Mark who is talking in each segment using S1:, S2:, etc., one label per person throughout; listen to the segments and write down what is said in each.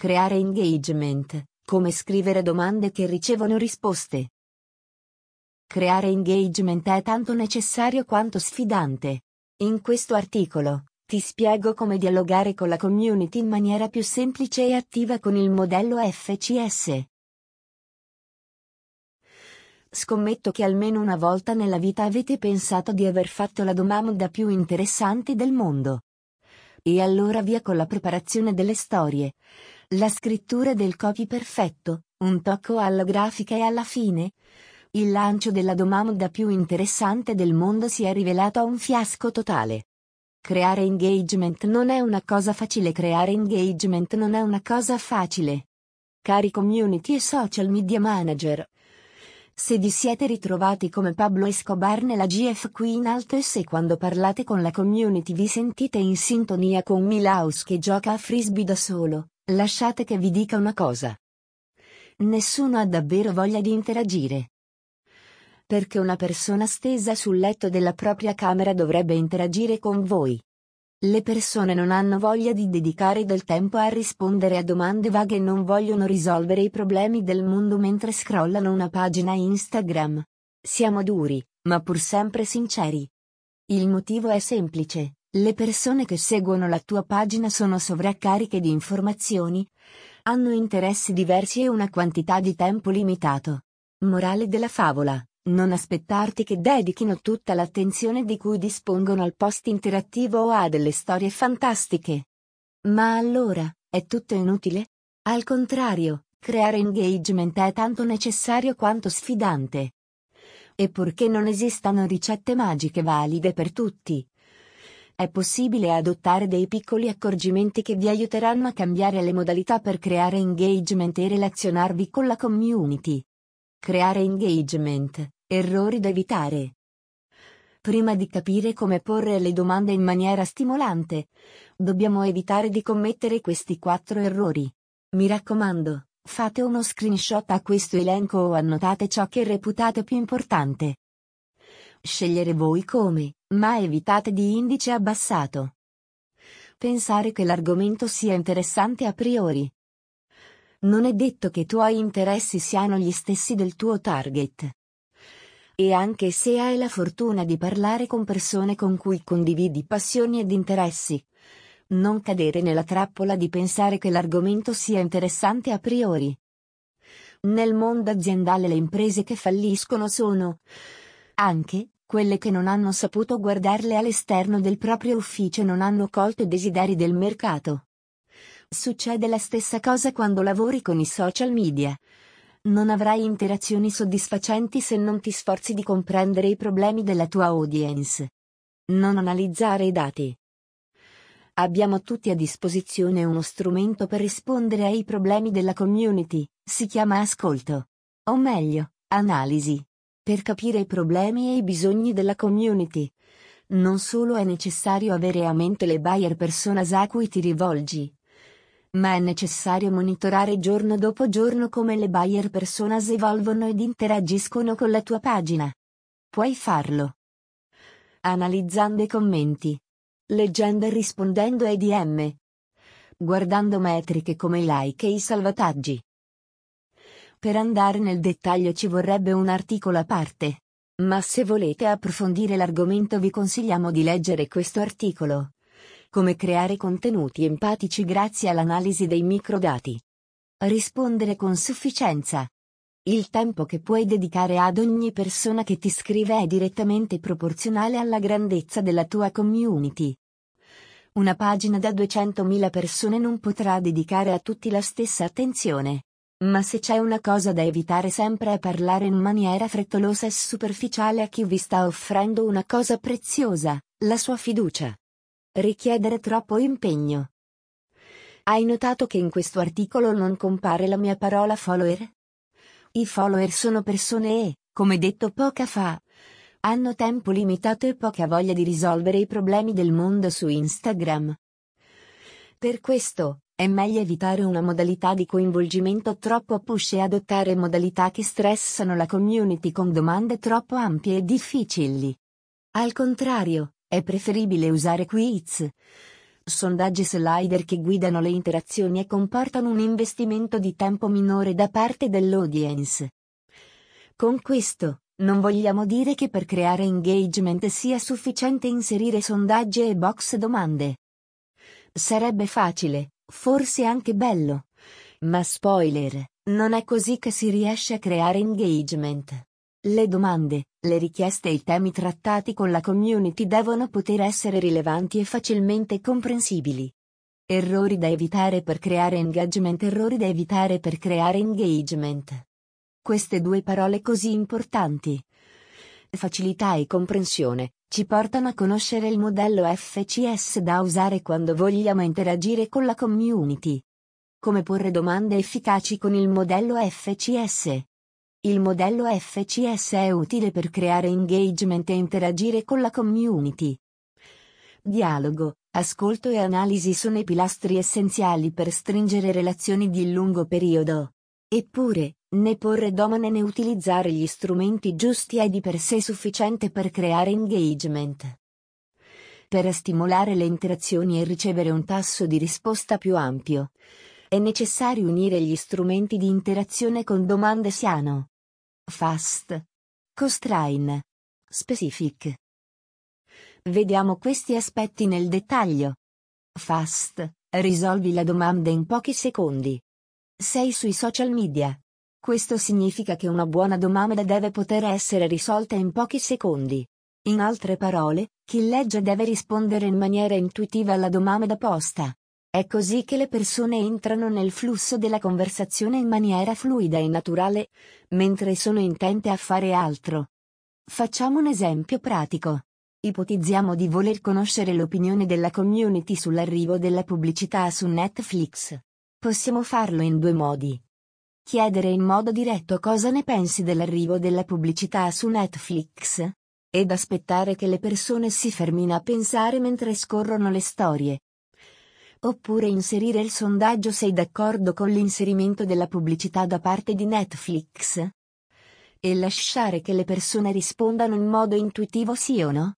S1: Creare engagement, come scrivere domande che ricevono risposte. Creare engagement è tanto necessario quanto sfidante. In questo articolo, ti spiego come dialogare con la community in maniera più semplice e attiva con il modello FCS. Scommetto che almeno una volta nella vita avete pensato di aver fatto la domanda più interessante del mondo. E allora via con la preparazione delle storie, la scrittura del copy perfetto, un tocco alla grafica e alla fine, il lancio della domanda più interessante del mondo si è rivelato un fiasco totale. Creare engagement non è una cosa facile. Creare engagement non è una cosa facile. Cari community e social media manager, se vi siete ritrovati come Pablo Escobar nella GF qui in alto e se quando parlate con la community vi sentite in sintonia con Milhouse che gioca a frisbee da solo, lasciate che vi dica una cosa. Nessuno ha davvero voglia di interagire. Perché una persona stesa sul letto della propria camera dovrebbe interagire con voi? Le persone non hanno voglia di dedicare del tempo a rispondere a domande vaghe e non vogliono risolvere i problemi del mondo mentre scrollano una pagina Instagram. Siamo duri, ma pur sempre sinceri. Il motivo è semplice: le persone che seguono la tua pagina sono sovraccariche di informazioni, hanno interessi diversi e una quantità di tempo limitato. Morale della favola: non aspettarti che dedichino tutta l'attenzione di cui dispongono al post interattivo o a delle storie fantastiche. Ma allora, è tutto inutile? Al contrario, creare engagement è tanto necessario quanto sfidante. E purché non esistano ricette magiche valide per tutti, è possibile adottare dei piccoli accorgimenti che vi aiuteranno a cambiare le modalità per creare engagement e relazionarvi con la community. Creare engagement, errori da evitare. Prima di capire come porre le domande in maniera stimolante, dobbiamo evitare di commettere questi 4 errori. Mi raccomando, fate uno screenshot a questo elenco o annotate ciò che reputate più importante. Scegliere voi come, ma evitate di indice abbassato. Pensare che l'argomento sia interessante a priori. Non è detto che i tuoi interessi siano gli stessi del tuo target. E anche se hai la fortuna di parlare con persone con cui condividi passioni ed interessi, non cadere nella trappola di pensare che l'argomento sia interessante a priori. Nel mondo aziendale le imprese che falliscono sono anche quelle che non hanno saputo guardarle all'esterno del proprio ufficio e non hanno colto i desideri del mercato. Succede la stessa cosa quando lavori con i social media. Non avrai interazioni soddisfacenti se non ti sforzi di comprendere i problemi della tua audience. Non analizzare i dati. Abbiamo tutti a disposizione uno strumento per rispondere ai problemi della community, si chiama ascolto. O meglio, analisi. Per capire i problemi e i bisogni della community, non solo è necessario avere a mente le buyer personas a cui ti rivolgi, ma è necessario monitorare giorno dopo giorno come le buyer personas evolvono ed interagiscono con la tua pagina. Puoi farlo analizzando i commenti, leggendo e rispondendo ai DM, guardando metriche come i like e i salvataggi. Per andare nel dettaglio ci vorrebbe un articolo a parte, ma se volete approfondire l'argomento vi consigliamo di leggere questo articolo. Come creare contenuti empatici grazie all'analisi dei microdati. Rispondere con sufficienza. Il tempo che puoi dedicare ad ogni persona che ti scrive è direttamente proporzionale alla grandezza della tua community. Una pagina da 200.000 persone non potrà dedicare a tutti la stessa attenzione. Ma se c'è una cosa da evitare sempre è parlare in maniera frettolosa e superficiale a chi vi sta offrendo una cosa preziosa, la sua fiducia. Richiedere troppo impegno. Hai notato che in questo articolo non compare la mia parola follower? I follower sono persone e, come detto poco fa, hanno tempo limitato e poca voglia di risolvere i problemi del mondo su Instagram. Per questo, è meglio evitare una modalità di coinvolgimento troppo push e adottare modalità che stressano la community con domande troppo ampie e difficili. Al contrario, è preferibile usare quiz, Sondaggi slider che guidano le interazioni e comportano un investimento di tempo minore da parte dell'audience. Con questo, non vogliamo dire che per creare engagement sia sufficiente inserire sondaggi e box domande. Sarebbe facile, forse anche bello. Ma spoiler, non è così che si riesce a creare engagement. Le domande, le richieste e i temi trattati con la community devono poter essere rilevanti e facilmente comprensibili. Errori da evitare per creare engagement. Errori da evitare per creare engagement. Queste due parole così importanti, facilità e comprensione, ci portano a conoscere il modello FCS da usare quando vogliamo interagire con la community. Come porre domande efficaci con il modello FCS? Il modello FCS è utile per creare engagement e interagire con la community. Dialogo, ascolto e analisi sono i pilastri essenziali per stringere relazioni di lungo periodo. Eppure, né porre domande né utilizzare gli strumenti giusti è di per sé sufficiente per creare engagement. Per stimolare le interazioni e ricevere un tasso di risposta più ampio, è necessario unire gli strumenti di interazione con domande siano fast, constrain, specific. Vediamo questi aspetti nel dettaglio. Fast, risolvi la domanda in pochi secondi. Sei sui social media. Questo significa che una buona domanda deve poter essere risolta in pochi secondi. In altre parole, chi legge deve rispondere in maniera intuitiva alla domanda posta. È così che le persone entrano nel flusso della conversazione in maniera fluida e naturale, mentre sono intente a fare altro. Facciamo un esempio pratico. Ipotizziamo di voler conoscere l'opinione della community sull'arrivo della pubblicità su Netflix. Possiamo farlo in due modi. Chiedere in modo diretto cosa ne pensi dell'arrivo della pubblicità su Netflix, ed aspettare che le persone si fermino a pensare mentre scorrono le storie. Oppure inserire il sondaggio: sei d'accordo con l'inserimento della pubblicità da parte di Netflix? E lasciare che le persone rispondano in modo intuitivo sì o no?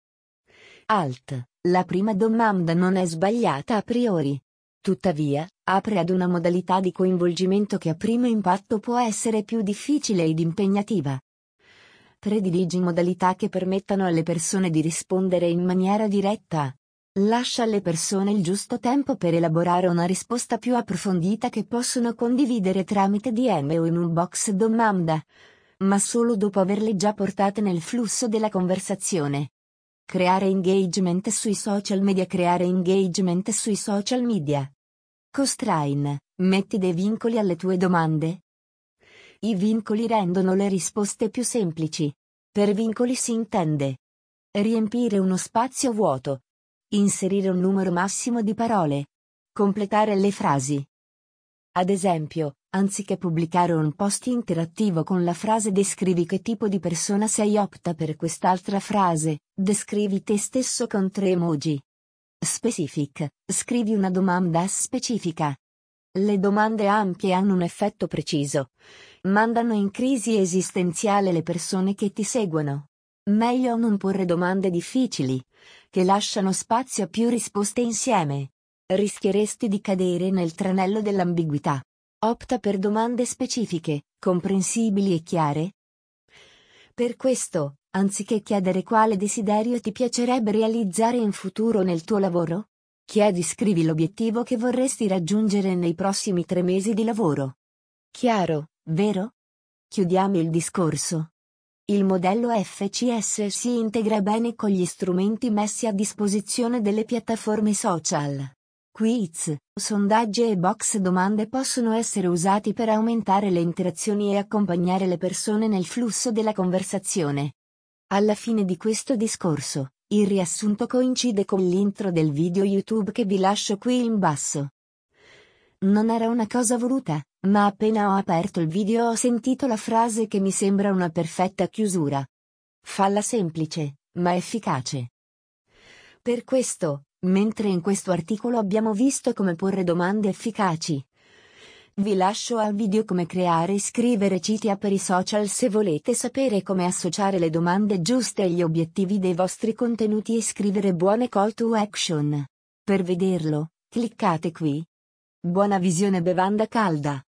S1: Alt. La prima domanda non è sbagliata a priori. Tuttavia, apre ad una modalità di coinvolgimento che a primo impatto può essere più difficile ed impegnativa. Prediligi modalità che permettano alle persone di rispondere in maniera diretta. Lascia alle persone il giusto tempo per elaborare una risposta più approfondita che possono condividere tramite DM o in un box domanda, ma solo dopo averle già portate nel flusso della conversazione. Creare engagement sui social media. Creare engagement sui social media. Constrain, metti dei vincoli alle tue domande. I vincoli rendono le risposte più semplici. Per vincoli si intende riempire uno spazio vuoto, inserire un numero massimo di parole, completare le frasi. Ad esempio, anziché pubblicare un post interattivo con la frase "descrivi che tipo di persona sei", opta per quest'altra frase: descrivi te stesso con 3 emoji. Specific, scrivi una domanda specifica. Le domande ampie hanno un effetto preciso. Mandano in crisi esistenziale le persone che ti seguono. Meglio non porre domande difficili, che lasciano spazio a più risposte insieme. Rischieresti di cadere nel tranello dell'ambiguità. Opta per domande specifiche, comprensibili e chiare. Per questo, anziché chiedere quale desiderio ti piacerebbe realizzare in futuro nel tuo lavoro, scrivi l'obiettivo che vorresti raggiungere nei prossimi 3 mesi di lavoro. Chiaro, vero? Chiudiamo il discorso. Il modello FCS si integra bene con gli strumenti messi a disposizione delle piattaforme social. Quiz, sondaggi e box domande possono essere usati per aumentare le interazioni e accompagnare le persone nel flusso della conversazione. Alla fine di questo discorso, il riassunto coincide con l'intro del video YouTube che vi lascio qui in basso. Non era una cosa voluta, ma appena ho aperto il video ho sentito la frase che mi sembra una perfetta chiusura. Falla semplice, ma efficace. Per questo, mentre in questo articolo abbiamo visto come porre domande efficaci, vi lascio al video come creare e scrivere siti per i social se volete sapere come associare le domande giuste agli obiettivi dei vostri contenuti e scrivere buone call to action. Per vederlo, cliccate qui. Buona visione bevanda calda.